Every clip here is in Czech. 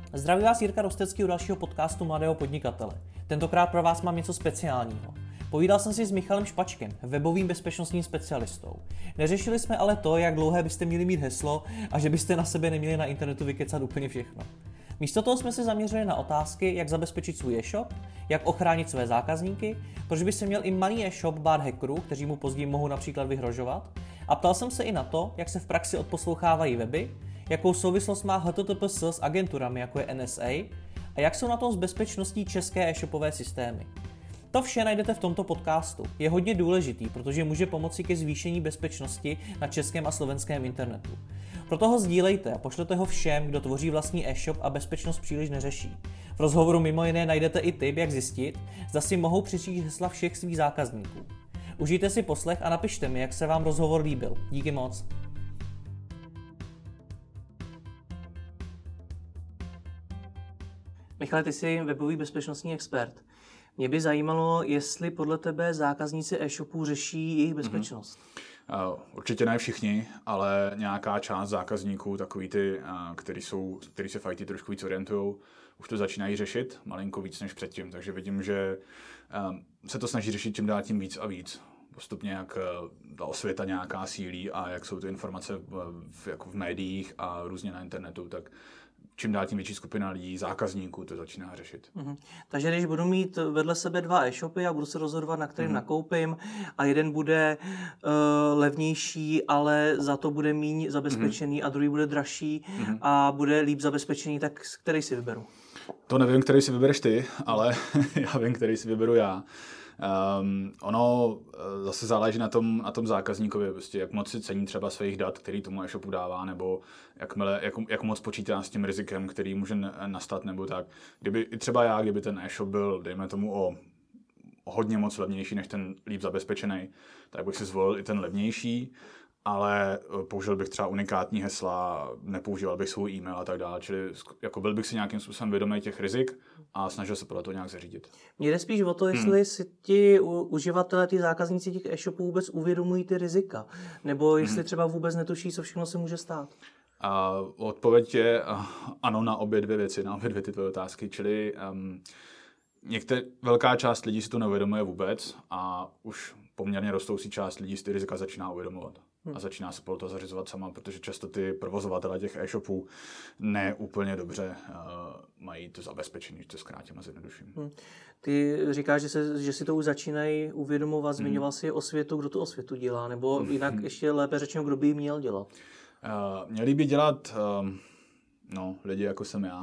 Zdraví vás Jirka Rostecký u dalšího podcastu Mladého podnikatele. Tentokrát pro vás mám něco speciálního. Povídal jsem si s Michalem Špačkem, webovým bezpečnostním specialistou. Neřešili jsme ale to, jak dlouhé byste měli mít heslo a že byste na sebe neměli na internetu vykecat úplně všechno. Místo toho jsme se zaměřili na otázky, jak zabezpečit svůj e-shop, jak ochránit své zákazníky, proč by se měl i malý e-shop bát hackerů, kteří mu později mohou například vyhrožovat. A ptal jsem se i na to, jak se v praxi odposlouchávají weby, jakou souvislost má HTTPS s agenturami, jako je NSA, a jak jsou na tom s bezpečností české e-shopové systémy. To vše najdete v tomto podcastu. Je hodně důležitý, protože může pomoci ke zvýšení bezpečnosti na českém a slovenském internetu. Proto ho sdílejte a pošlete ho všem, kdo tvoří vlastní e-shop a bezpečnost příliš neřeší. V rozhovoru mimo jiné najdete i tip, jak zjistit, zda si mohou přečíst hesla všech svých zákazníků. Užijte si poslech a napište mi, jak se vám rozhovor líbil. Díky moc. Michale, ty jsi webový bezpečnostní expert. Mě by zajímalo, jestli podle tebe zákazníci e-shopů řeší jejich bezpečnost. Určitě ne všichni, ale nějaká část zákazníků, takový ty, který se v IT trošku víc orientují, už to začínají řešit malinko víc než předtím. Takže vidím, že se to snaží řešit čím dál tím víc a víc. Postupně, jak ta osvěta nějaká sílí a jak jsou ty informace jako v médiích a různě na internetu, tak čím dál tím větší skupina lidí, zákazníků to začíná řešit. Takže když budu mít vedle sebe dva e-shopy a budu se rozhodovat, na kterým nakoupím, a jeden bude levnější, ale za to bude méně zabezpečený a druhý bude dražší a bude líp zabezpečený, tak který si vyberu? To nevím, který si vybereš ty, ale já vím, který si vyberu já. Ono zase záleží na tom zákazníkovi, prostě jak moc si cení třeba svých dat, který tomu e-shopu dává, nebo jak moc počítá s tím rizikem, který může nastat, nebo tak. Kdyby ten e-shop byl, dejme tomu, o hodně moc levnější než ten líp zabezpečený, tak bych si zvolil i ten levnější, ale použil bych třeba unikátní hesla, nepoužíval bych svůj e-mail a tak dále, čili jako byl bych si nějakým způsobem vědomý těch rizik a snažil se podle toho nějak zařídit. Mně jde spíš o to, jestli si ti uživatelé, ty zákazníci těch e-shopů vůbec uvědomují ty rizika, nebo jestli třeba vůbec netuší, co všechno se může stát. A odpověď je ano na obě dvě věci, na obě dvě ty tvoje otázky, čili velká část lidí si to neuvědomuje vůbec a už poměrně rostoucí část lidí si ty rizika začíná uvědomovat. A začíná se podle toho zařizovat sama, protože často ty provozovatelé těch e-shopů ne úplně dobře mají to zabezpečení, že to zkrátím a zjednoduším. Ty říkáš, že si to už začínají uvědomovat, zmiňoval si osvětu, kdo tu osvětu dělá, nebo jinak ještě lépe řečeno, kdo by ji měl dělat? Měli by dělat lidi jako jsem já.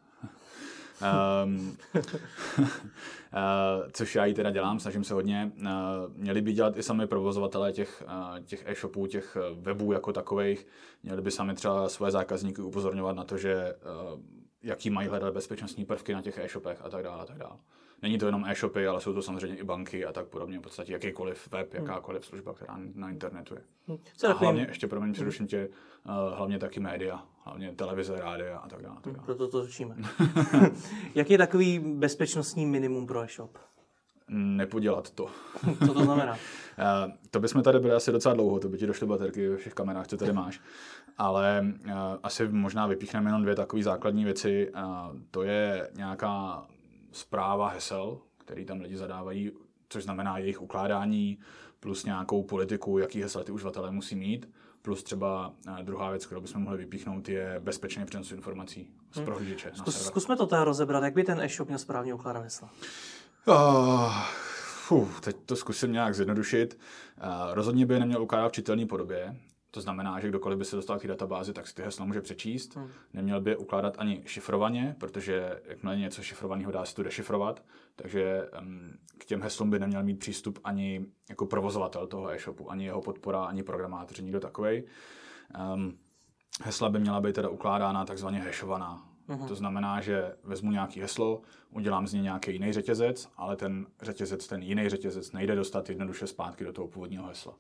Což já ji teda dělám, snažím se hodně. Měli by dělat i sami provozovatelé těch e-shopů, těch webů jako takových. Měli by sami třeba své zákazníky upozorňovat na to, že jaký mají hledat bezpečnostní prvky na těch e-shopech a tak dále a tak dále. Není to jenom e-shopy, ale jsou to samozřejmě i banky a tak podobně. V podstatě jakýkoliv web, jakákoliv služba, která na internetu je. A hlavně, ještě promiň, předuším tě, hlavně taky média, hlavně televize, rádia a tak dále. Proto to řešíme. Jak je takový bezpečnostní minimum pro e-shop? Nepodělat to. Co to znamená? To bychom tady byli asi docela dlouho, to by ti došly baterky ve všech kamerách, co tady máš. Ale asi možná vypíchneme jenom dvě takové základní věci. To je nějaká správa hesel, který tam lidi zadávají, což znamená jejich ukládání, plus nějakou politiku, jaký hesla ty uživatelé musí mít. Plus třeba druhá věc, kterou bychom mohli vypíchnout, je bezpečný přenos informací z prohlížeče. Zkusme to teda rozebrat, jak by ten e-shop měl správně ukládat hesla. Teď to zkusím nějak zjednodušit. Rozhodně by neměl ukládat v čitelné podobě. To znamená, že kdokoliv by se dostal k té databázi, tak si ty hesla může přečíst. Neměl by ukládat ani šifrovaně, protože jakmile něco šifrovaného dá se to dešifrovat, takže k těm heslům by neměl mít přístup ani jako provozovatel toho e-shopu, ani jeho podpora, ani programátoři, nikdo takovej. Hesla by měla být teda ukládána takzvaně hashovaná. To znamená, že vezmu nějaký heslo, udělám z něj nějaký jiný řetězec, ale ten jiný řetězec nejde dostat jednoduše zpátky do toho původního hesla.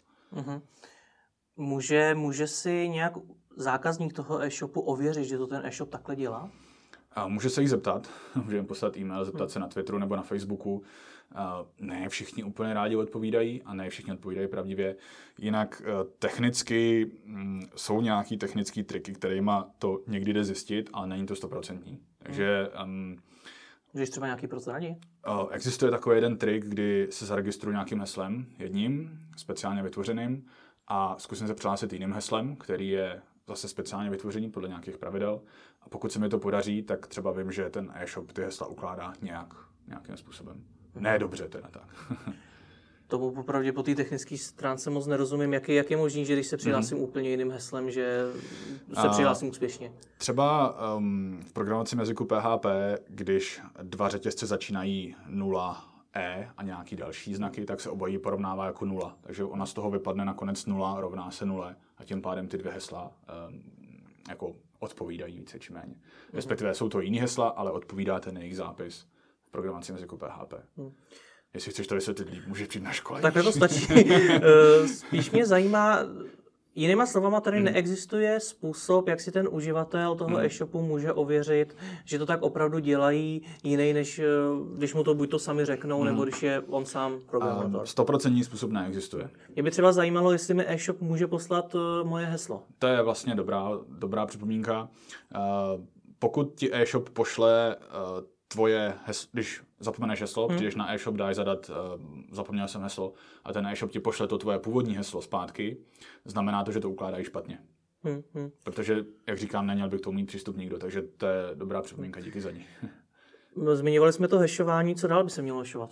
Může si nějak zákazník toho e-shopu ověřit, že to ten e-shop takhle dělá? Může se jí zeptat, může jim poslat e-mail, zeptat se na Twitteru nebo na Facebooku. Ne všichni úplně rádi odpovídají a ne všichni odpovídají pravdivě. Jinak technicky jsou nějaký technický triky, kterými to někdy jde zjistit, ale není to 100%. Takže... Můžeš třeba nějaký prozradit? Existuje takový jeden trik, kdy se zaregistruji nějakým heslem, jedním, speciálně vytvořeným, a zkusím se přihlásit jiným heslem, který je zase speciálně vytvořený podle nějakých pravidel. A pokud se mi to podaří, tak třeba vím, že ten e-shop ty hesla ukládá nějakým způsobem. Ne dobře teda tak. Tomu popravdě po té technické stránce moc nerozumím, jak je možný, že když se přihlásím úplně jiným heslem, že se přihlásím úspěšně. Třeba v programovacím jazyku PHP, když dva řetězce začínají 0e a nějaký další znaky, tak se obojí porovnává jako 0. Takže ona z toho vypadne nakonec 0 rovná se 0 a tím pádem ty dvě hesla jako odpovídají více či méně. Respektive jsou to jiný hesla, ale odpovídá ten jejich zápis v programovacím jazyku PHP. Jestli chceš to vysvětlit líp, můžeš přijít na školení. Takhle to stačí. Spíš mě zajímá, jinýma slovama tady neexistuje způsob, jak si ten uživatel toho e-shopu může ověřit, že to tak opravdu dělají jiný, než když mu to buď to sami řeknou, nebo když je on sám programátor. 100% způsob neexistuje. Mě by třeba zajímalo, jestli mi e-shop může poslat moje heslo. To je vlastně dobrá připomínka. Pokud ti e-shop pošle tvoje heslo, když zapomeneš heslo, přijdeš na e-shop, dáš zadat, zapomněl jsem heslo, a ten e-shop ti pošle to tvoje původní heslo zpátky, znamená to, že to ukládají špatně. Protože, jak říkám, neměl by k tomu mít přístup nikdo, takže to je dobrá připomínka, díky za ní. Zmiňovali jsme to hashování, co dál by se mělo hashovat?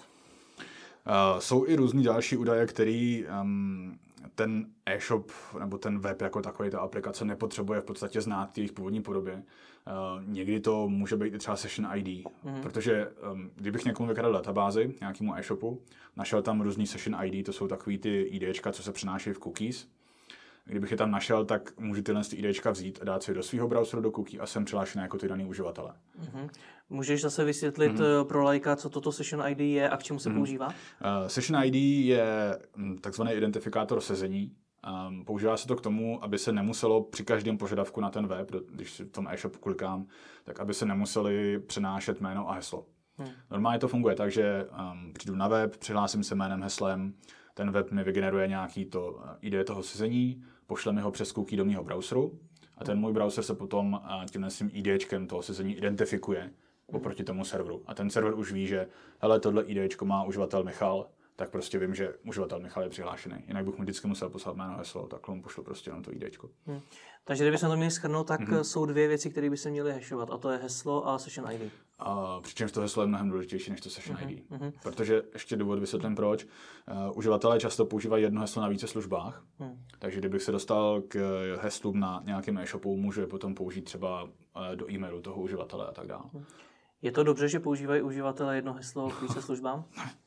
Jsou i různý další údaje, který ten e-shop nebo ten web jako takový, ta aplikace nepotřebuje v podstatě znát v jejich původní podobě. Někdy to může být i třeba session ID, protože kdybych někomu vykradl databázi, nějakému e-shopu, našel tam různý session ID, to jsou takový ty IDčka, co se přenášejí v cookies. Kdybych je tam našel, tak můžu tyhle IDčka vzít a dát si do svého browseru do cookie a jsem přihlášený jako ty daný uživatele. Můžeš zase vysvětlit pro laika, co toto Session ID je a k čemu se používá? Session ID je takzvaný identifikátor sezení. Používá se to k tomu, aby se nemuselo při každém požadavku na ten web, když si v tom e-shopu klikám, tak aby se nemuseli přenášet jméno a heslo. Normálně to funguje tak, že přijdu na web, přihlásím se jménem, heslem, ten web mi vygeneruje nějaký to ID toho sezení, pošle mi ho přes cookie do mého browseru a ten můj browser se potom tímhle s tím IDčkem toho sezení identifikuje oproti tomu serveru. A ten server už ví, že hele, tohle IDčko má uživatel Michal, tak prostě vím, že uživatel Michal je přihlášený. Jinak bych mu vždycky musel poslat jméno, heslo, takhle mu pošlu prostě na to IDčko. Takže kdybychom to měli shrnout, tak jsou dvě věci, které by se měly hashovat, a to je heslo a Session ID. Přičemž to heslo je mnohem důležitější než to Session ID. Protože ještě důvod vysvětlím proč. Uživatelé často používají jedno heslo na více službách, takže kdybych se dostal k heslům na nějakém e-shopu, můžu je potom použít třeba do e-mailu toho uživatele a tak dále. Je to dobře, že používají uživatelé jedno heslo k více službám?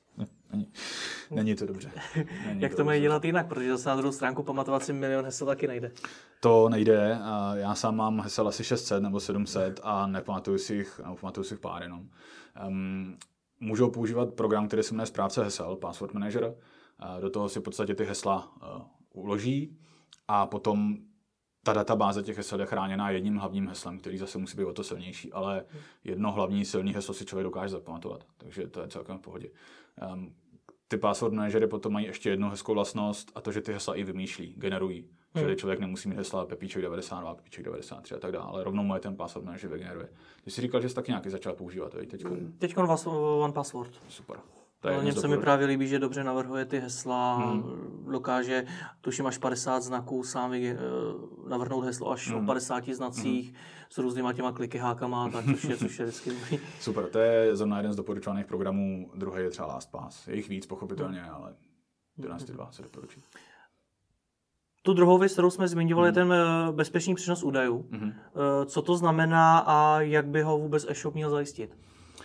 Není to dobře. Jak to mají dělat jinak, protože zase na druhou stránku pamatovat si milion hesel taky nejde. To nejde. Já sám mám hesel asi 600 nebo 700 a nepamatuju si jich pár jenom. Můžou používat program, který se jmenuje správce hesel, Password Manager. Do toho si v podstatě ty hesla uloží a potom ta databáze těch hesel je chráněná jedním hlavním heslem, který zase musí být o to silnější, ale jedno hlavní silný heslo si člověk dokáže zapamatovat, takže to je celkem v pohodě. Ty password manažery potom mají ještě jednu hezkou vlastnost a to, že ty hesla i vymýšlí, generují. Čili člověk nemusí mít hesla Pepíček 92, Pepíček 93 a tak dále, ale rovnou mu je ten password manager vygeneruje. Ty jsi říkal, že jsi taky nějaký začal používat, Teď One Password. Super. Něm se mi právě líbí, že dobře navrhuje ty hesla, dokáže, tuším až 50 znaků, sám navrhnout heslo až o 50 znacích s různýma těma kliky, hákama, tak, což je vždycky dobrý. Super, to je zrovna jeden z doporučovaných programů, druhý je třeba LastPass. Je jich víc, pochopitelně, ale 11.2 se doporučí. Tu druhou věc, kterou jsme zmiňovali, je ten bezpečný přenos údajů. Co to znamená a jak by ho vůbec e-shop měl zajistit?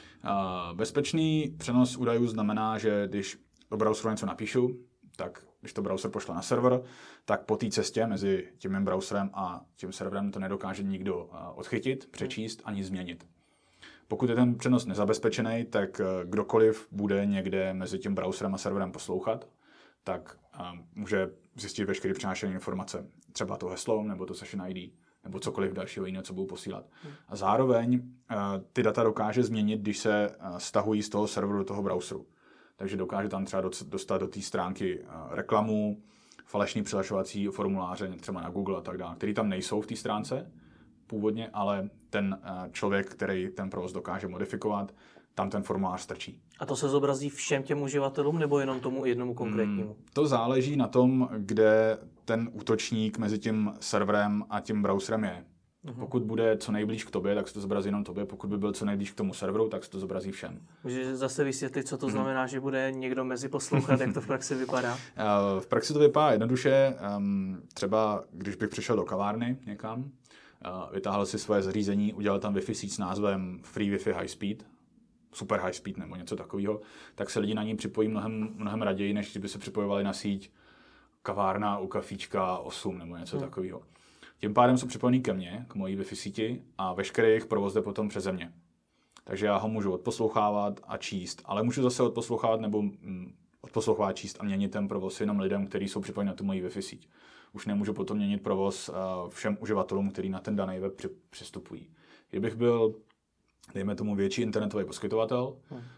Bezpečný přenos údajů znamená, že když do browseru něco napíšu, tak když to browser pošle na server, tak po té cestě mezi tím mým browserem a tím serverem to nedokáže nikdo odchytit, přečíst ani změnit. Pokud je ten přenos nezabezpečený, tak kdokoliv bude někde mezi tím browserem a serverem poslouchat, tak může zjistit veškeré přenášené informace, třeba to heslo nebo to session ID, nebo cokoliv dalšího jiného, co budou posílat. A zároveň ty data dokáže změnit, když se stahují z toho serveru do toho browseru. takže dokáže tam třeba dostat do té stránky reklamu, falešný přihlašovací formuláře třeba na Google a tak dále, který tam nejsou v té stránce původně, ale ten člověk, který ten provoz dokáže modifikovat, tam ten formulář strčí. A to se zobrazí všem těm uživatelům nebo jenom tomu jednomu konkrétnímu? To záleží na tom, kde ten útočník mezi tím serverem a tím browserem je. Pokud bude co nejblíž k tobě, tak se to zobrazí jenom tobě. Pokud by byl co nejblíž k tomu serveru, tak se to zobrazí všem. Můžeš zase vysvětlit, co to znamená, že bude někdo mezi poslouchat, jak to v praxi vypadá? V praxi to vypadá jednoduše. Třeba když bych přišel do kavárny někam, vytáhl si svoje zařízení, udělal tam Wi-Fi síť s názvem Free Wi-Fi High Speed, Super High Speed nebo něco takového, tak se lidi na ní připojí mnohem raději, než kdyby se připojovali na síť kavárna u kafíčka 8 nebo něco takového. Tím pádem jsou připojení ke mně, k mojí Wi-Fi síti a veškerý jejich provoz jde potom přeze mě. Takže já ho můžu odposlouchávat a číst, ale můžu zase odposlouchávat nebo odposlouchávat, číst a měnit ten provoz jenom lidem, kteří jsou připojeni na tu moji Wi-Fi síť. Už nemůžu potom měnit provoz všem uživatelům, kteří na ten daný web přistupují. Kdybych byl, dejme tomu, větší internetový poskytovatel,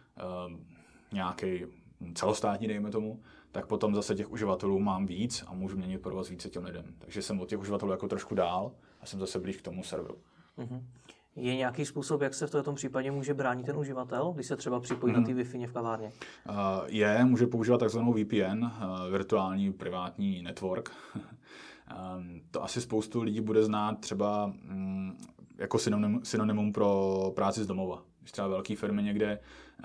nějaký celostátní, dejme tomu, tak potom zase těch uživatelů mám víc a můžu měnit provoz více těm lidem. Takže jsem od těch uživatelů jako trošku dál a jsem zase blíž k tomu serveru. Je nějaký způsob, jak se v tom případě může bránit ten uživatel, když se třeba připojí na ty Wi-Fi v kavárně? Může používat takzvanou VPN, virtuální privátní network. To asi spoustu lidí bude znát třeba jako synonymum pro práci z domova. Když třeba velké firmy někde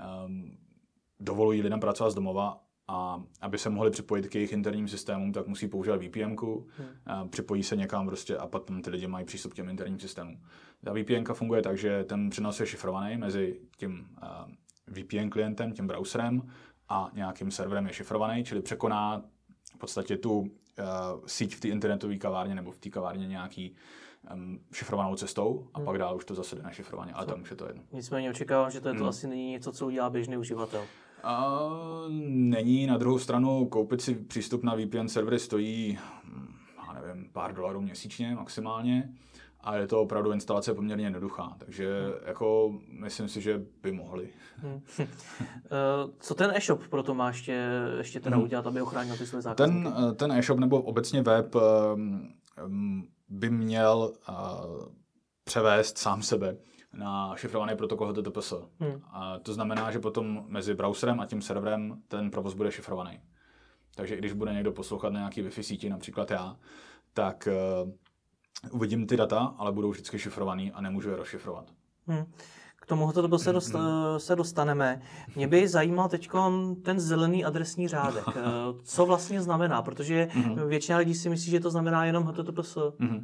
dovolují lidem pracovat z domova, a aby se mohli připojit k jejich interním systémům, tak musí používat VPNku, připojí se někam prostě a potom ty lidi mají přístup k těm interním systémům. Ta VPNka funguje tak, že ten přenos je šifrovaný mezi tím VPN klientem, tím browserem a nějakým serverem je šifrovaný, čili překoná v podstatě tu síť v té internetové kavárně nebo v té kavárně nějaký šifrovanou cestou a pak dál už to zase jde na šifrovaně, ale tam už je to jedno. Nicméně očekávám, že to asi není něco, co udělá běžný uživatel. Není. Na druhou stranu koupit si přístup na VPN servery stojí, já nevím, pár dolarů měsíčně maximálně a je to opravdu instalace poměrně jednoduchá, takže jako myslím si, že by mohli. Co ten e-shop proto má ještě teda udělat, aby ochránil ty své zákazníky? Ten e-shop nebo obecně web by měl převést sám sebe na šifrovaný protokol HTTPS. A to znamená, že potom mezi browserem a tím serverem ten provoz bude šifrovaný. Takže i když bude někdo poslouchat na nějaký Wi-Fi síti, například já, tak uvidím ty data, ale budou vždycky šifrovaný a nemůžu je rozšifrovat. K tomu HTTPS se dostaneme. Mě by zajímal teď ten zelený adresní řádek. Co vlastně znamená? Protože většina lidí si myslí, že to znamená jenom HTTPS.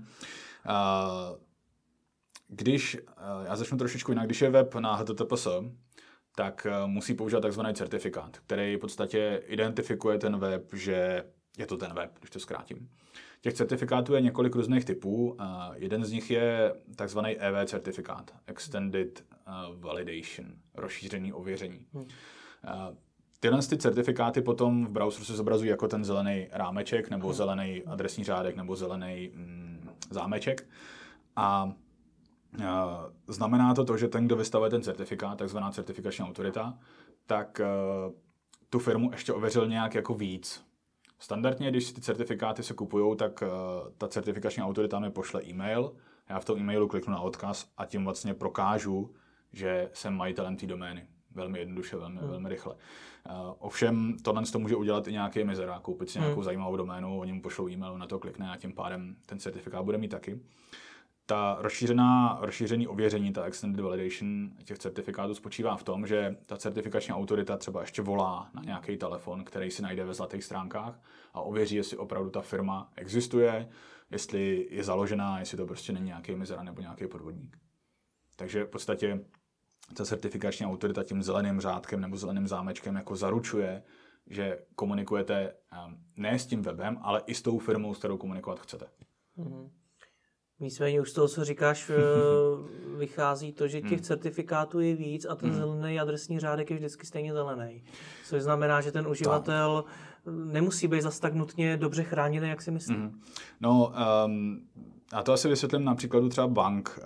Já začnu trošičku jinak, když je web na HTTPS, tak musí používat takzvaný certifikát, který v podstatě identifikuje ten web, že je to ten web, když to zkrátím. Těch certifikátů je několik různých typů. Jeden z nich je takzvaný EV certifikát, Extended Validation, rozšířený ověření. Tyhle certifikáty potom v browseru se zobrazují jako ten zelený rámeček, nebo zelený adresní řádek, nebo zelený zámeček. A znamená to, že ten, kdo vystavuje ten certifikát, takzvaná certifikační autorita, tak tu firmu ještě ověřil nějak jako víc. Standardně, když ty certifikáty se kupujou, tak ta certifikační autorita mi pošle e-mail, já v tom e-mailu kliknu na odkaz a tím vlastně prokážu, že jsem majitelem té domény. Velmi jednoduše, velmi rychle. Ovšem, tohle to může udělat i nějaký mezera, koupit si nějakou zajímavou doménu, oni mu pošlou e-mail, na to klikne a tím pádem ten certifikát bude mít taky. Ta rozšířený ověření, ta extended validation těch certifikátů spočívá v tom, že ta certifikační autorita třeba ještě volá na nějaký telefon, který si najde ve zlatých stránkách a ověří, jestli opravdu ta firma existuje, jestli je založená, jestli to prostě není nějaký mizera nebo nějaký podvodník. Takže v podstatě ta certifikační autorita tím zeleným řádkem nebo zeleným zámečkem jako zaručuje, že komunikujete ne s tím webem, ale i s tou firmou, s kterou komunikovat chcete. Nicméně už z toho, co říkáš, vychází to, že těch certifikátů je víc a ten zelený adresní řádek je vždycky stejně zelený. Což znamená, že ten uživatel nemusí být zas tak nutně dobře chráněný, jak si myslí. No, a to asi vysvětlím na příkladu třeba bank.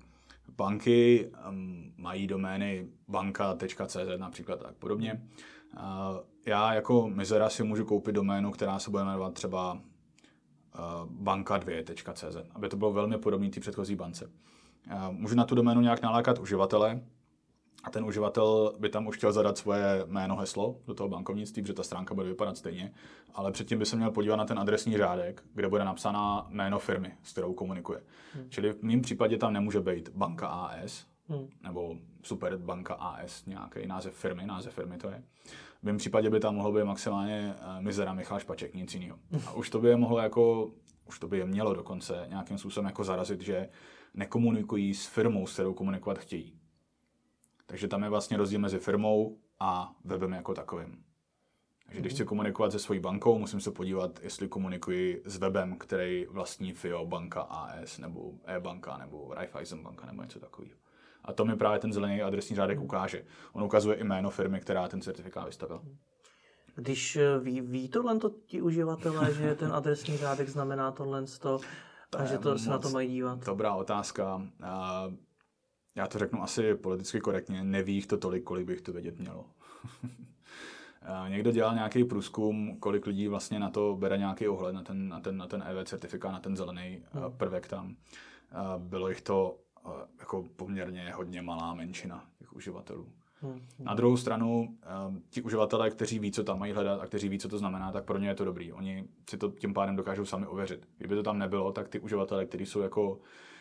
Banky mají domény banka.cz například tak podobně. Já jako mizera si můžu koupit doménu, která se bude jmenovat třeba banka2.cz, aby to bylo velmi podobné té předchozí bance. Můžu na tu doménu nějak nalákat uživatele a ten uživatel by tam už chtěl zadat svoje jméno, heslo do toho bankovnictví, protože ta stránka bude vypadat stejně, ale předtím by se měl podívat na ten adresní řádek, kde bude napsána jméno firmy, s kterou komunikuje. Čili v mém případě tam nemůže být banka AS, nebo Superbanka AS, nějaký název firmy to je. V mém případě by tam mohlo být maximálně mizera Michal Špaček, nic jiného. A už to by je mělo dokonce nějakým způsobem jako zarazit, že nekomunikují s firmou, s kterou komunikovat chtějí. Takže tam je vlastně rozdíl mezi firmou a webem jako takovým. Takže když chci komunikovat se svojí bankou, musím se podívat, jestli komunikuji s webem, který vlastní FIO banka AS, nebo e-banka, nebo Raiffeisen banka, nebo něco takového. A to mi právě ten zelený adresní řádek ukáže. On ukazuje i jméno firmy, která ten certifikát vystavila. Když ví tohle ti uživatelé, že ten adresní řádek znamená tohle a že to se na to mají dívat? Dobrá otázka. Já to řeknu asi politicky korektně. Neví jich to tolik, kolik bych to vědět mělo. Někdo dělal nějaký průzkum, kolik lidí vlastně na to bere nějaký ohled, na ten EV certifikát, na ten zelený prvek tam. Bylo jich to jako poměrně hodně malá menšina těch uživatelů. Na druhou stranu, ti uživatelé, kteří ví, co tam mají hledat a kteří ví, co to znamená, tak pro ně je to dobrý. Oni si to tím pádem dokážou sami ověřit. Kdyby to tam nebylo, tak ty uživatelé, kteří jsou jako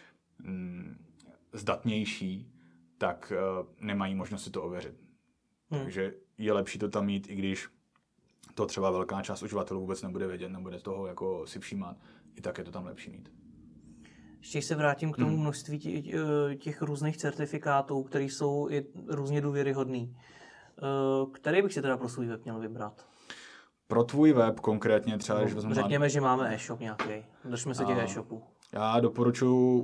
zdatnější, tak nemají možnost si to ověřit. Takže je lepší to tam mít, i když to třeba velká část uživatelů vůbec nebude vědět, nebude toho jako si všímat, i tak je to tam lepší mít. Ještě se vrátím k tomu množství těch různých certifikátů, které jsou i různě důvěryhodný. Který bych si teda pro svůj web měl vybrat? Pro tvůj web konkrétně třeba, když vezmu... Řekněme, že máme e-shop nějaký. Držme se těch e-shopů. Já doporučuji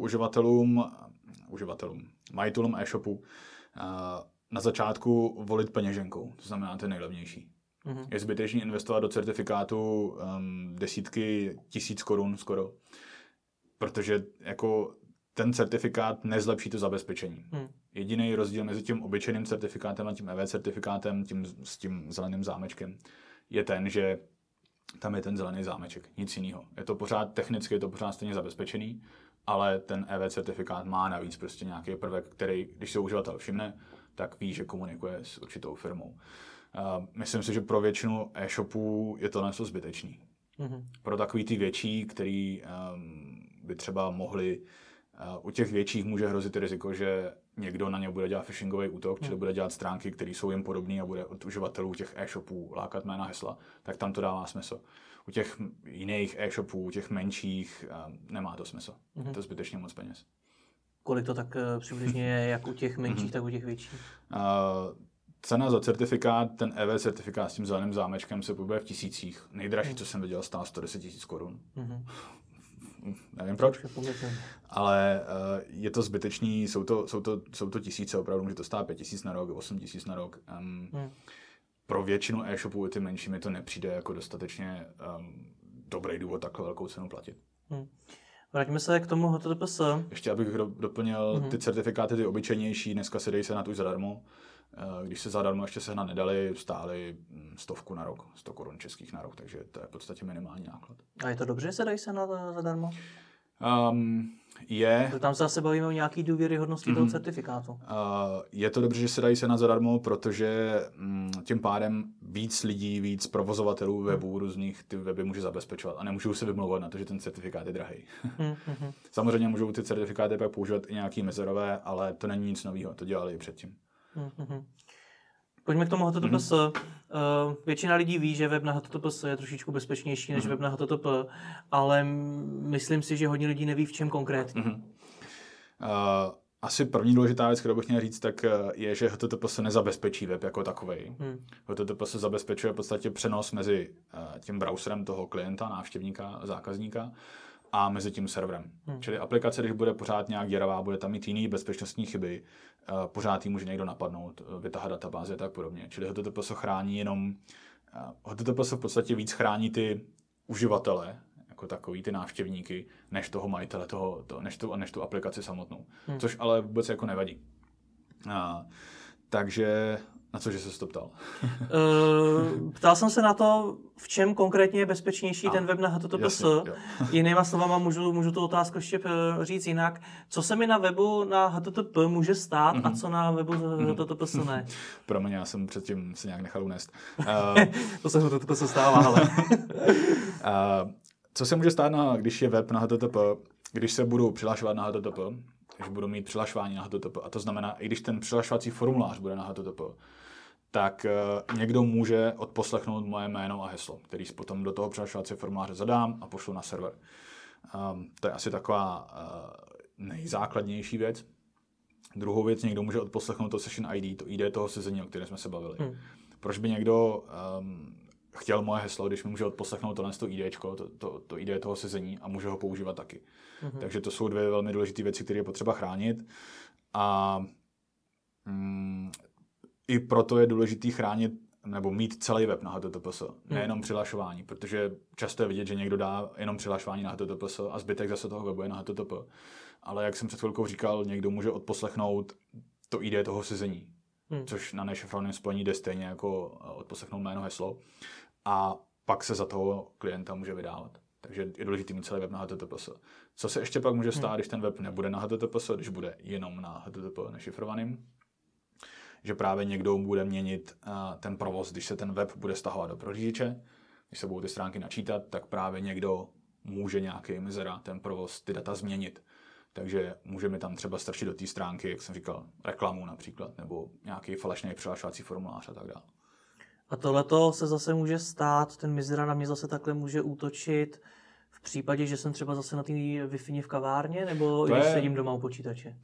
majitelům e-shopu na začátku volit peněženkou, to znamená ten nejlevnější. Je zbytečný investovat do certifikátu desítky tisíc korun skoro, protože jako ten certifikát nezlepší to zabezpečení. Jediný rozdíl mezi tím obyčejným certifikátem a tím EV certifikátem, s tím zeleným zámečkem, je ten, že tam je ten zelený zámeček, nic jiného. Je to pořád technicky, je to pořád stejně zabezpečený, ale ten EV certifikát má navíc prostě nějaký prvek, který, když se uživatel všimne, tak ví, že komunikuje s určitou firmou. Myslím si, že pro většinu e-shopů je to něco zbytečný. Pro takový ty větší, který by třeba mohli, u těch větších může hrozit riziko, že někdo na ně bude dělat phishingový útok, čili bude dělat stránky, které jsou jim podobné a bude od uživatelů těch e-shopů lákat jména hesla, tak tam to dává smysl. U těch jiných e-shopů, u těch menších, nemá to smysl. Je to zbytečně moc peněz. Kolik to tak přibližně je, jak u těch menších, tak u těch větších? Cena za certifikát, ten EV certifikát s tím zeleným zámečkem se pohybuje v tisících. Nejdražší, co jsem viděl, stál 110 000 korun. Nevím proč, ale je to zbytečný, jsou to tisíce, opravdu může to stát 5 000 na rok, 8 000 na rok. Pro většinu e-shopů i ty menší mi to nepřijde jako dostatečně dobrý důvod takhle velkou cenu platit. Vrátíme se k tomu HTTPS. Ještě abych doplnil, ty certifikáty, ty obyčejnější, dneska se dají sehnat už zadarmo. Když se zadarmo ještě sehnat nedali, stály 100 na rok, 100 korun českých na rok, takže to je v podstatě minimální náklad. A je to dobře, že se dají sehnat zadarmo? Tam se zase bavíme o nějaký důvěryhodnosti toho certifikátu. Je to dobře, že se dají sehnat zadarmo, protože tím pádem víc lidí, víc provozovatelů webů různých ty weby může zabezpečovat a nemůžou se vymlouvat na to, že ten certifikát je drahý. Samozřejmě můžou ty certifikáty pak používat i nějaký mezerové, ale to není nic nového, to dělali i předtím. Pojďme k tomu HTTPS. Většina lidí ví, že web na HTTPS je trošičku bezpečnější než web na HTTP, ale myslím si, že hodně lidí neví, v čem konkrétně. Asi první důležitá věc, kterou bych měl říct, tak je, že HTTPS nezabezpečí web jako takovej. HTTPS zabezpečuje v podstatě přenos mezi tím browserem toho klienta, návštěvníka, zákazníka a mezi tím serverem. Čili aplikace, když bude pořád nějak děravá, bude tam mít jiný bezpečnostní chyby, pořád jí může někdo napadnout, vytahat databáze a tak podobně. Čili HTTPS chrání jenom, HTTPS v podstatě víc chrání ty uživatele, jako takový ty návštěvníky, než toho majitele, než tu aplikaci samotnou. Což ale vůbec jako nevadí. Takže Na co, že jsi to ptal? Ptal jsem se na to, v čem konkrétně je bezpečnější ten web na HTTPS. Jinýma slovama můžu tu otázku ještě říct jinak. Co se mi na webu na HTTP může stát a co na webu HTTPS ne? Promiň, já jsem předtím se nějak nechal unést. To se HTTPS stává, ale... Co se může stát, když je web na HTTP, když se budu přihlašovat na HTTP, když budu mít přihlašování na HTTP, a to znamená, i když ten přihlašovací formulář bude na HTTP, tak někdo může odposlechnout moje jméno a heslo, který potom do toho přihlašovacího formuláře zadám a pošlu na server. To je asi taková nejzákladnější věc. Druhou věc, někdo může odposlechnout to session ID, to ID toho sezení, o kterém jsme se bavili. Proč by někdo chtěl moje heslo, když mi může odposlechnout tohle IDčko, to ID toho sezení a může ho používat taky. Takže to jsou dvě velmi důležité věci, které je potřeba chránit. A i proto je důležitý chránit nebo mít celý web na HTTPS, nejenom přihlašování, protože často je vidět, že někdo dá jenom přihlašování na HTTPS a zbytek zase toho webu je na HTTP. Ale jak jsem před chvilkou říkal, někdo může odposlechnout to ID toho sezení, což na nešifrovaném spojení jde stejně jako odposlechnout jméno heslo a pak se za toho klienta může vydávat. Takže je důležitý mít celý web na HTTPS. Co se ještě pak může stát, když ten web nebude na HTTPS, když bude jenom na HTTP nešifrovaným? Že právě někdo bude měnit ten provoz, když se ten web bude stahovat do prohlížeče, když se budou ty stránky načítat, tak právě někdo může nějaký mizera, ten provoz, ty data změnit. Takže můžeme tam třeba strčit do té stránky, jak jsem říkal, reklamu například, nebo nějaký falešný přihlašovací formulář a tak dále. A tohleto se zase může stát, ten mizera na mě zase takhle může útočit v případě, že jsem třeba zase na té Wi-Fi v kavárně, nebo když sedím doma u počítače?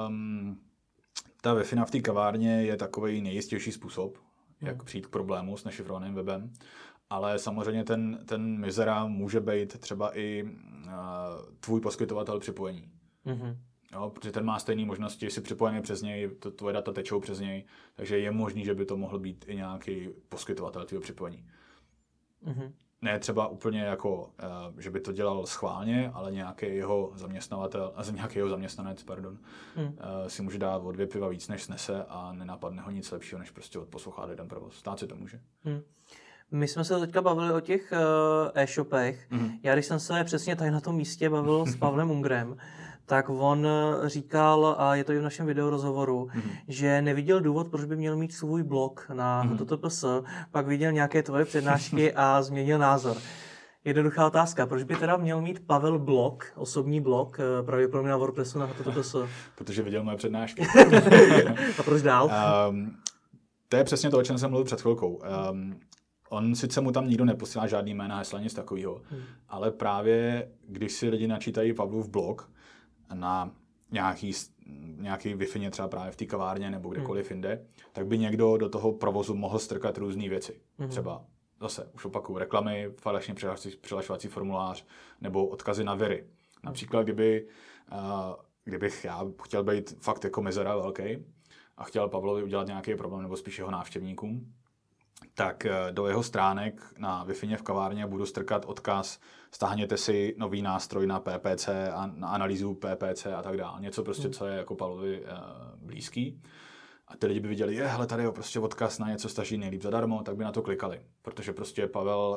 Ta Wi-Fi v té kavárně je takový nejistější způsob, jak přijít k problému s nešifrovaným webem. Ale samozřejmě ten mizera může být třeba i tvůj poskytovatel připojení. Jo, protože ten má stejné možnosti, si připojený přes něj, tvoje data tečou přes něj, takže je možný, že by to mohl být i nějaký poskytovatel tvého připojení. Ne třeba úplně jako, že by to dělal schválně, ale nějaký jeho zaměstnanec, si může dát o 2 piva víc, než snese a nenapadne ho nic lepšího, než prostě odposlouchat jeden provoz. Stát si to může. My jsme se teďka bavili o těch e-shopech. Já když jsem se přesně tady na tom místě bavil s Pavlem Ungrem, tak on říkal, a je to i v našem videorozhovoru, že neviděl důvod, proč by měl mít svůj blog na HTTPS, pak viděl nějaké tvoje přednášky a změnil názor. Jednoduchá otázka, proč by teda měl mít Pavel blog, osobní blog, pravděpodobně na WordPressu na HTTPS? Protože viděl moje přednášky. A proč dál? To je přesně to, o čem jsem mluvil před chvilkou. On sice mu tam nikdo neposílá žádný jména, hesla, nic takového, ale právě když si lidi načítají Pavlův blog na nějaký Wi-Fi třeba právě v té kavárně nebo kdekoliv jinde, tak by někdo do toho provozu mohl strkat různé věci. Třeba zase, už opakuju, reklamy, falešně přihlašovací formulář nebo odkazy na viry. Například, kdybych já chtěl být fakt jako mizera velký a chtěl Pavlovi udělat nějaký problém nebo spíš jeho návštěvníkům, tak do jeho stránek na Wi-Fi v kavárně budu strkat odkaz, stáhněte si nový nástroj na PPC a na analýzu PPC a tak dále. Něco prostě, co je jako Pavlovi blízký. A ty lidi by viděli, hele, tady je prostě odkaz na něco staží nejlíp zadarmo, tak by na to klikali. Protože prostě Pavel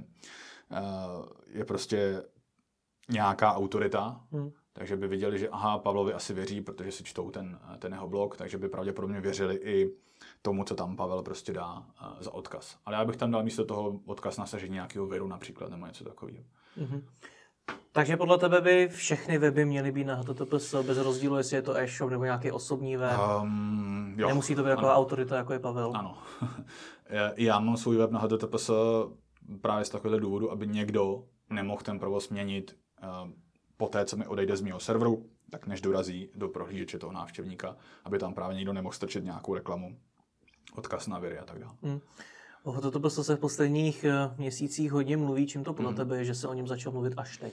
je prostě nějaká autorita, takže by viděli, že aha, Pavlovi asi věří, protože si čtou ten jeho blog, takže by pravděpodobně věřili i tomu, co tam Pavel prostě dá za odkaz. Ale já bych tam dal místo toho odkaz na stažení nějakého viru například, nebo něco takového. Takže podle tebe by všechny weby měly být na HTTPS bez rozdílu, jestli je to e-shop nebo nějaký osobní web? Jo. Nemusí to být taková autorita, jako je Pavel? Ano. Já mám svůj web na HTTPS právě z takového důvodu, aby někdo nemohl ten provoz měnit po té, co mi odejde z mého serveru, tak než dorazí do prohlížeče toho návštěvníka, aby tam právě někdo nemohl strčit nějakou reklamu, odkaz na viry a tak dále. O HTTPS se v posledních měsících hodně mluví. Čím to podle tebe je, že se o něm začal mluvit až teď?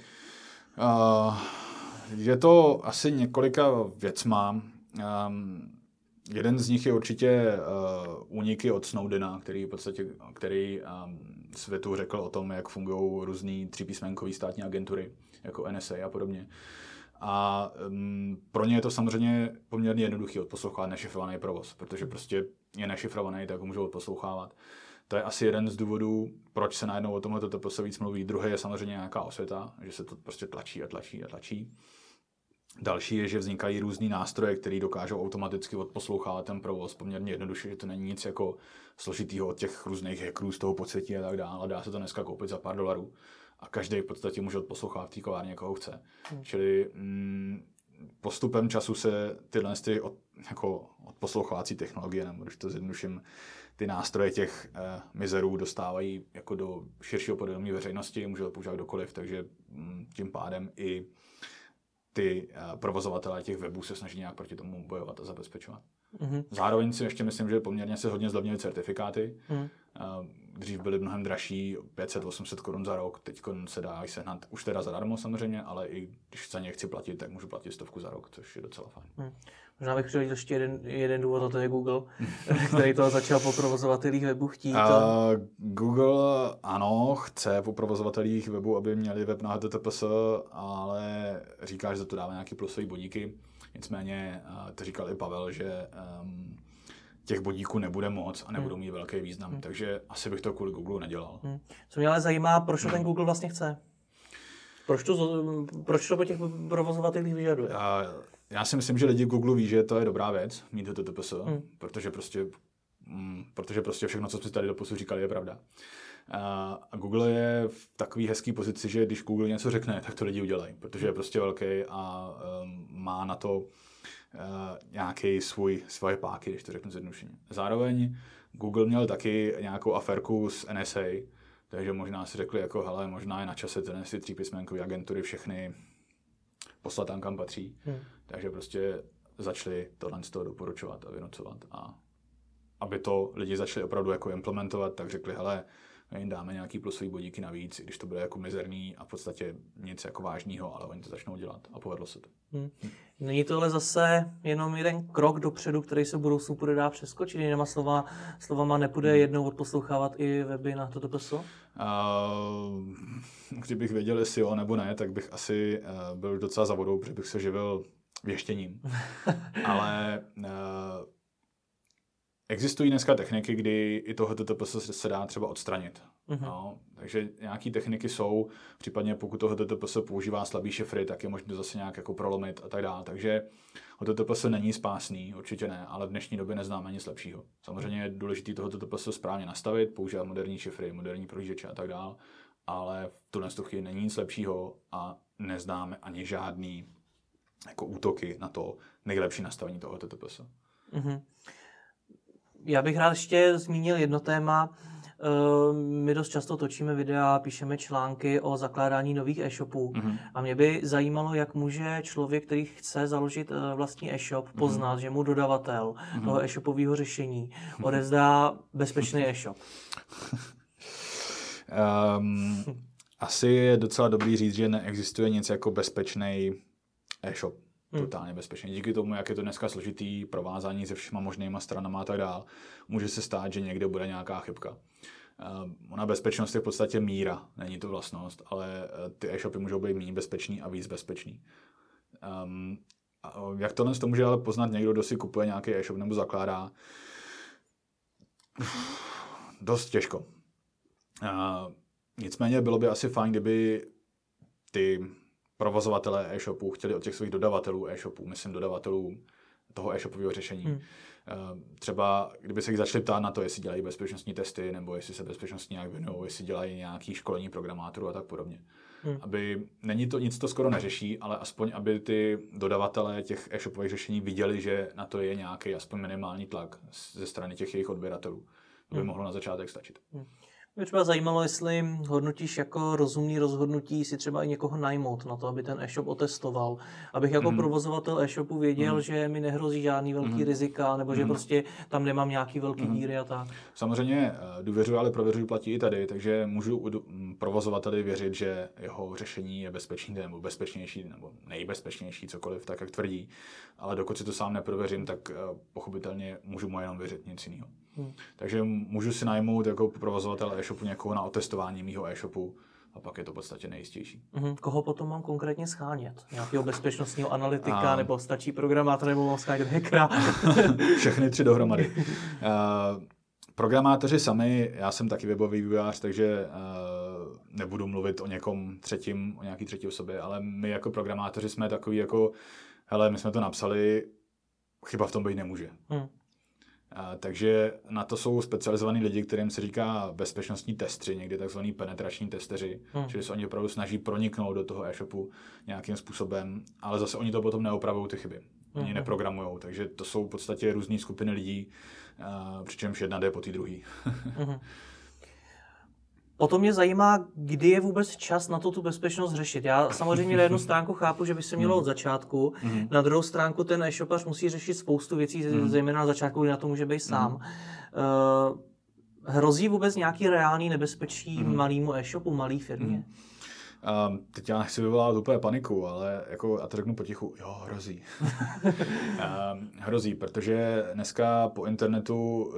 Je to asi několika věcma. Jeden z nich je určitě úniky od Snowdena, který světu řekl o tom, jak fungují různý třípísmenkové státní agentury, jako NSA a podobně. A pro ně je to samozřejmě poměrně jednoduchý odposlouchávat nešifrovaný provoz, protože prostě je nešifrovaný, tak ho můžou odposlouchávat. To je asi jeden z důvodů, proč se najednou o tomhle TPS víc mluví. Druhý je samozřejmě nějaká osvěta, že se to prostě tlačí a tlačí a tlačí. Další je, že vznikají různý nástroje, které dokážou automaticky odposlouchávat ten provoz poměrně jednoduše, že to není nic jako složitýho od těch různých hackerů z toho podsvětí a tak dále. Dá se to dneska koupit za pár $. A každý v podstatě může odposlouchávat v té kovárně, koho chce. Čili postupem času se tyhle odposlouchávací technologie, nebo když to zjednoduším, ty nástroje těch mizerů dostávají jako do širšího povědomí veřejnosti, může to používat kdokoliv, takže tím pádem i ty provozovatelé těch webů se snaží nějak proti tomu bojovat a zabezpečovat. Zároveň si ještě myslím, že poměrně se hodně zlevnily certifikáty. Dřív byly mnohem dražší, 500-800 korun za rok, teď se dá i sehnat, už teda zadarmo samozřejmě, ale i když za ně chci platit, tak můžu platit 100 za rok, což je docela fajn. Možná bych přidal ještě jeden důvod, a to je Google, který to začal po provozovatelích webu chtít. Google ano, chce po provozovatelích webu, aby měli web na HTTPS, ale říká, že za to dává nějaké plusové bodíky. Nicméně to říkal i Pavel, že těch bodíků nebude moc a nebudou mít velký význam, takže asi bych to kvůli Google nedělal. Co mě ale zajímá, proč to ten Google vlastně chce? Proč to po těch provozovatelích vyžaduje? Já si myslím, že lidi v Google ví, že to je dobrá věc, mít HTTPS, protože prostě všechno, co jsme tady doposud říkali, je pravda. A Google je v takové hezké pozici, že když Google něco řekne, tak to lidi udělají, protože je prostě velký a má na to nějaký svoje páky, když to řeknu zjednodušeně. Zároveň Google měl taky nějakou aférku s NSA, takže možná si řekli, jako hele, možná je na čase ty 3 písmenkové agentury všechny poslat tam, kam patří. Takže prostě začali tohle z toho doporučovat a vynucovat. A aby to lidi začali opravdu jako implementovat, tak řekli, hele, my jim dáme nějaký plusový bodíky navíc, když to bude jako mizerný a v podstatě nic jako vážného, ale oni to začnou dělat a povedlo se to. Není to ale zase jenom jeden krok dopředu, který se budoucnu bude dát přeskočit? Jinýma slovama nepůjde jednou odposlouchávat i weby na HTTPS? Kdybych věděl, jestli jo nebo ne, tak bych asi byl docela za vodou, protože bych se živil věštěním. Ale existují dneska techniky, kdy i to HTTPS se dá třeba odstranit. No, takže nějaké techniky jsou, případně pokud to HTTPS používá slabý šifry, tak je možné zase nějak jako prolomit a tak dále. Takže HTTPS není spásný, určitě ne, ale v dnešní době neznáme nic lepšího. Samozřejmě je důležité to HTTPS správně nastavit, používat moderní šifry, moderní prohlížeče a tak dále, ale v tuhle chvíli není nic lepšího a neznáme ani žádný jako útoky na to nejlepší nastavení toho HTTPS. Já bych rád ještě zmínil jedno téma. My dost často točíme videa, píšeme články o zakládání nových e-shopů. A mě by zajímalo, jak může člověk, který chce založit vlastní e-shop, poznat, že mu dodavatel toho e-shopového řešení odevzdá bezpečný e-shop. Asi je docela dobrý říct, že neexistuje nic jako bezpečný e-shop. Totálně bezpečný. Díky tomu, jak je to dneska složitý, provázání se všema možnýma stranama a tak dál, může se stát, že někde bude nějaká chybka. Ona bezpečnost je v podstatě míra, není to vlastnost, ale ty e-shopy můžou být méně bezpečný a víc bezpečný. Jak tohle to může ale poznat někdo, kdo si kupuje nějaký e-shop nebo zakládá? Dost těžko. Nicméně bylo by asi fajn, kdyby ty provozovatelé e-shopů chtěli od těch svých dodavatelů e-shopů, myslím dodavatelů toho e-shopového řešení. Třeba kdyby se jich začali ptát na to, jestli dělají bezpečnostní testy, nebo jestli se bezpečnostní nějak věnují, jestli dělají nějaký školení programátorů a tak podobně. Aby, není to, nic to skoro neřeší, ale aspoň, aby ty dodavatelé těch e-shopových řešení viděli, že na to je nějaký aspoň minimální tlak ze strany těch jejich odběratelů. To by mohlo na začátek stačit. Mě třeba zajímalo, jestli hodnotíš jako rozumný rozhodnutí si třeba i někoho najmout na to, aby ten e-shop otestoval. Abych jako provozovatel e-shopu věděl, že mi nehrozí žádný velký rizika, nebo že prostě tam nemám nějaký velký díry a tak. Samozřejmě důvěřuji, ale prověřuji platí i tady, takže můžu provozovateli věřit, že jeho řešení je bezpečný nebo bezpečnější nebo nejbezpečnější, cokoliv, tak jak tvrdí. Ale dokud si to sám neprověřím, tak pochopitelně můžu mu jenom věřit, nic jiného. Takže můžu si najmout jako provozovatel e-shopu někoho na otestování mýho e-shopu a pak je to v podstatě nejistější. Koho potom mám konkrétně schánět? Nějakého bezpečnostního analytika, nebo stačí programátor, nebo mám schánět hackera? Všechny 3 dohromady. Programátoři sami, já jsem taky webový vývojář, takže nebudu mluvit o někom třetím, o nějaký třetí osobě, ale my jako programátoři jsme takový jako, hele, my jsme to napsali, chyba v tom být nemůže. Takže na to jsou specializovaní lidi, kterým se říká bezpečnostní testři, někdy takzvaný penetrační testeři, čili se oni opravdu snaží proniknout do toho e-shopu nějakým způsobem, ale zase oni to potom neopravují ty chyby. Oni neprogramujou, takže to jsou v podstatě různé skupiny lidí, přičemž jedna jde po té druhé. Potom mě zajímá, kdy je vůbec čas na to tu bezpečnost řešit. Já samozřejmě na jednu stránku chápu, že by se mělo od začátku, na druhou stránku ten e-shopař musí řešit spoustu věcí, zejména na začátku, kdy na to může být sám. Hrozí vůbec nějaký reálný nebezpečí malýmu e-shopu, malý firmě? Teď já nechci vyvolávat úplně paniku, ale jako, a to řeknu potichu, jo, hrozí. Hrozí, protože dneska po internetu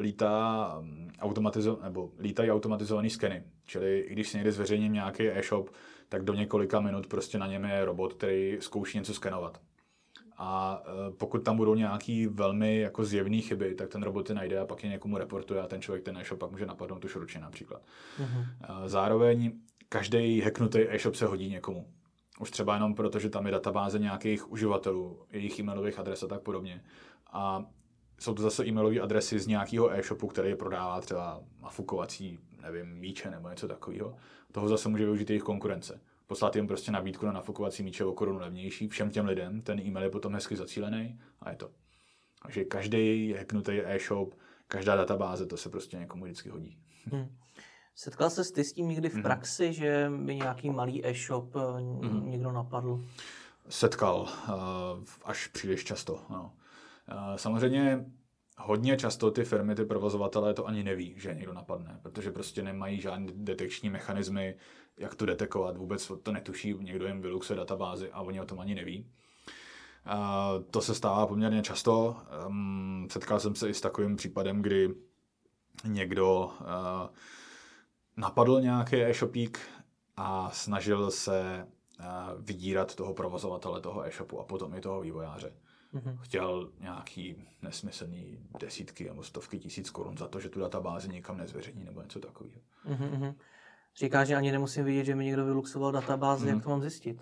lítají automatizované skeny. Čili i když si někde zveřejním nějaký e-shop, tak do několika minut prostě na něm je robot, který zkouší něco skenovat. A pokud tam budou nějaký velmi jako zjevný chyby, tak ten robot je najde a pak je někomu reportuje a ten člověk ten e-shop pak může napadnout už ručně například. Zároveň každý hacknutý e-shop se hodí někomu. Už třeba jenom proto, že tam je databáze nějakých uživatelů, jejich e-mailových adres a tak podobně. A jsou to zase e-mailové adresy z nějakého e-shopu, který je prodává třeba nafukovací, nevím, míče nebo něco takového. Toho zase může využít jejich konkurence. Poslat jim prostě nabídku na nafukovací míče o korunu levnější všem těm lidem, ten e-mail je potom hezky zacílený a je to. Takže každý hacknutý e-shop, každá databáze, to se prostě někomu vždycky hodí. Setkal se s tím někdy v praxi, že by nějaký malý e-shop někdo napadl? Setkal, až příliš často. No. Samozřejmě hodně často ty firmy, ty provozovatelé to ani neví, že někdo napadne, protože prostě nemají žádné detekční mechanismy, jak to detekovat, vůbec to netuší, někdo jim vyluxuje databázi a oni o tom ani neví. To se stává poměrně často. Setkal jsem se i s takovým případem, kdy někdo napadl nějaký e-shopík a snažil se vydírat toho provozovatele toho e-shopu a potom i toho vývojáře. Chtěl nějaký nesmyslný desítky nebo stovky tisíc korun za to, že tu databázi nikam nezveřejní nebo něco takového. Říká, že ani nemusím vidět, že mi někdo vyluxoval databázi, jak to mám zjistit?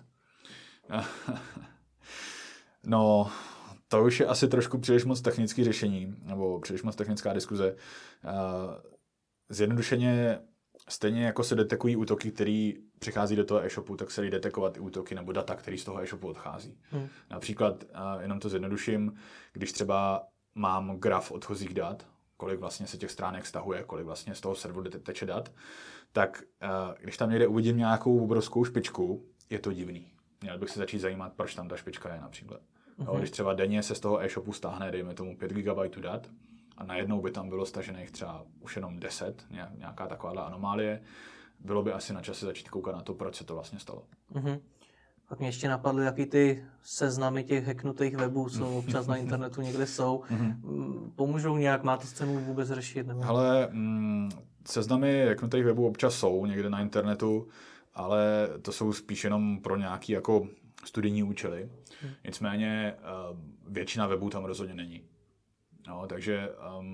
No, to už je asi trošku příliš moc technické řešení, nebo příliš moc technická diskuze. Zjednodušeně, stejně jako se detekují útoky, které přichází do toho e-shopu, tak se dají detekovat i útoky nebo data, které z toho e-shopu odchází. Například, jenom to zjednoduším, když třeba mám graf odchozích dat, kolik vlastně se těch stránek stahuje, kolik vlastně z toho serveru teče dat, tak když tam někde uvidím nějakou obrovskou špičku, je to divný. Měl bych se začít zajímat, proč tam ta špička je například. Když třeba denně se z toho e-shopu stáhne, dejme tomu 5 GB dat, a najednou by tam bylo stažených třeba už jenom 10, nějaká takováhle anomálie, bylo by asi na čase začít koukat na to, proč se to vlastně stalo. Pak mě ještě napadly, jaký ty seznamy těch hacknutých webů, co občas na internetu někde jsou. Pomůžou nějak, má to cenu vůbec řešit? Nebo? Hele, seznamy hacknutých webů občas jsou někde na internetu, ale to jsou spíš jenom pro nějaký jako studijní účely. Nicméně většina webů tam rozhodně není. No, takže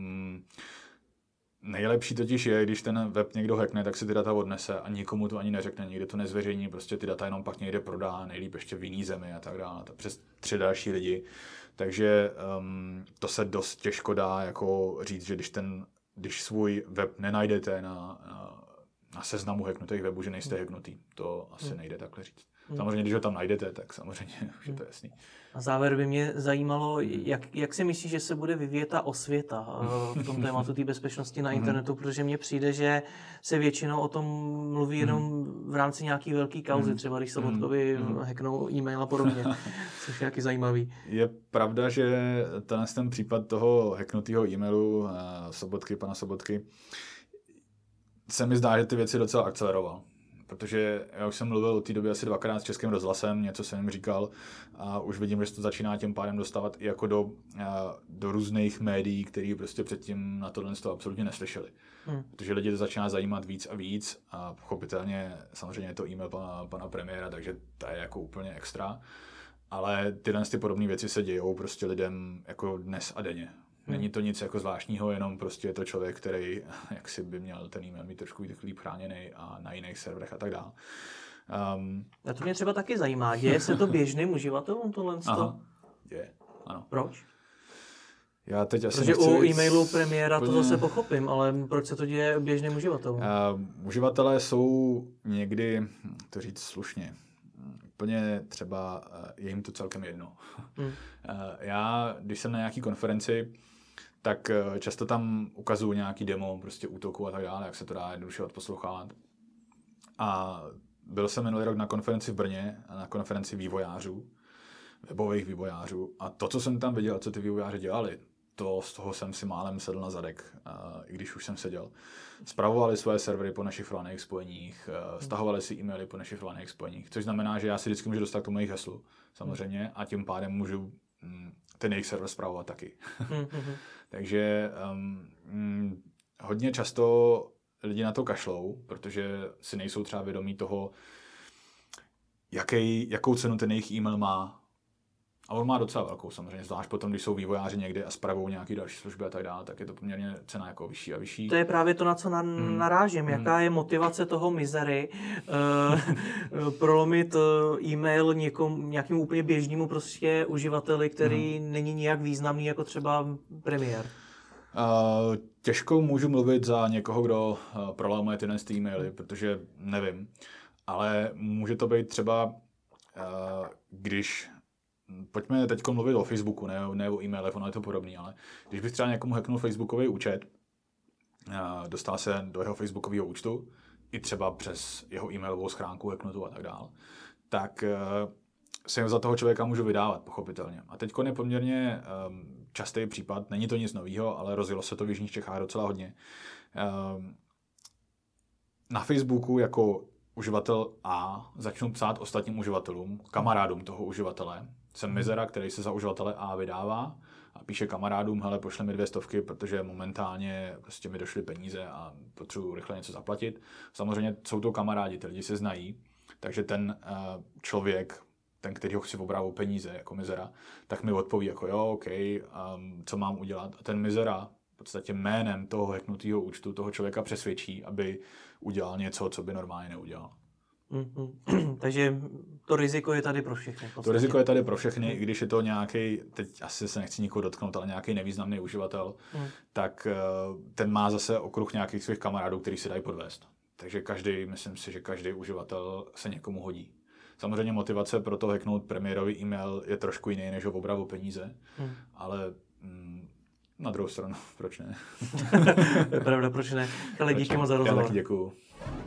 nejlepší totiž je, když ten web někdo hackne, tak si ty data odnese a nikomu to ani neřekne, nikde to nezveřejní, prostě ty data jenom pak někde prodá, nejlíp ještě v jiný zemi a tak dále, přes 3 další lidi. Takže to se dost těžko dá jako říct, že když svůj web nenajdete na seznamu hacknutých webů, že nejste hacknutý. To asi nejde takhle říct. Samozřejmě, když ho tam najdete, tak samozřejmě už je to jasný. Na závěr by mě zajímalo, jak si myslíš, že se bude vyvíjet ta osvěta v tom tématu té bezpečnosti na internetu, protože mně přijde, že se většinou o tom mluví jenom v rámci nějaký velký kauzy, třeba když Sobotkovi hacknou e-mail a podobně, což je taky zajímavý. Je pravda, že ten případ toho hacknutého e-mailu pana Sobotky, se mi zdá, že ty věci docela akceleroval. protože já už jsem mluvil od té doby asi 2krát s Českým rozhlasem, něco jsem jim říkal a už vidím, že se to začíná tím pádem dostávat i jako do různých médií, který prostě předtím na tohle absolutně neslyšeli. Protože lidi to začíná zajímat víc a víc a pochopitelně samozřejmě je to e-mail pana premiéra, takže to je jako úplně extra. Ale tyhle podobné věci se dějou prostě lidem jako dnes a denně. Není to nic jako zvláštního, jenom prostě je to člověk, který jaksi by měl ten e-mail mít trošku líp chráněný a na jiných serverech a tak dále. A to mě třeba taky zajímá. Děje se to běžným uživatelům tohle? Děje, ano. Proč? Já teď asi protože u e-mailu premiéra to zase pochopím, ale proč se to děje běžným uživatelům? Uživatelé jsou někdy, to říct slušně, úplně třeba je jim to celkem jedno. Já, když jsem na nějaký konferenci, tak často tam ukazuju nějaký demo prostě útoku a tak dále, jak se to dá jednoduše odposlouchávat. A byl jsem minulý rok na konferenci v Brně, na konferenci vývojářů, webových vývojářů. A to, co jsem tam viděl, co ty vývojáři dělali, z toho jsem si málem sedl na zadek, i když už jsem seděl. Spravovali své servery po nešifrovaných spojeních, stahovali si e-maily po nešifrovaných spojeních, což znamená, že já si vždycky můžu dostat k tomu jejich heslu, samozřejmě, a tím pádem můžu ten jejich server spravovat taky. Takže hodně často lidi na to kašlou, protože si nejsou třeba vědomí toho, jakou cenu ten jejich e-mail má. A on má docela velkou samozřejmě, zvlášť potom, když jsou vývojáři někde a spravují nějaké další služby a tak dále, tak je to poměrně cena jako vyšší a vyšší. To je právě to, na co narážím. Jaká je motivace toho mizery prolomit e-mail nějakému úplně běžnému prostě uživateli, který není nijak významný, jako třeba premiér? Těžko můžu mluvit za někoho, kdo prolamuje tyhle e-maily, protože nevím. Ale může to být třeba, když pojďme teď mluvit o Facebooku, ne o e-mailech, ono je to podobný, ale když bych třeba někomu hacknul Facebookový účet, dostal se do jeho Facebookového účtu, i třeba přes jeho e-mailovou schránku hacknutou a tak dále, tak se za toho člověka můžu vydávat, pochopitelně. A teď je poměrně častý případ, není to nic nového, ale rozjelo se to v jižních Čechách docela hodně. Na Facebooku jako uživatel A začnu psát ostatním uživatelům, kamarádům toho uživatele. Jsem mizera, který se za uživatele A vydává a píše kamarádům, hele, pošle mi 200, protože momentálně prostě mi došly peníze a potřebuji rychle něco zaplatit. Samozřejmě jsou to kamarádi, ty lidi se znají, takže ten člověk, ten, který ho chci obrávat peníze jako mizera, tak mi odpoví jako jo, OK, co mám udělat. A ten mizera v podstatě jménem toho hacknutého účtu toho člověka přesvědčí, aby udělal něco, co by normálně neudělal. Takže to riziko je tady pro všechny. To riziko je tady pro všechny, i když je to nějaký, teď asi se nechci nikoho dotknout, ale nějaký nevýznamný uživatel, tak ten má zase okruh nějakých svých kamarádů, který si dají podvést. Takže myslím si, že každý uživatel se někomu hodí. Samozřejmě motivace pro to hacknout premiérový e-mail je trošku jiný, než ho obrat o peníze, ale na druhou stranu, proč ne? Pravda, proč ne? Ale díky moc za rozhovor. Já taky děkuju.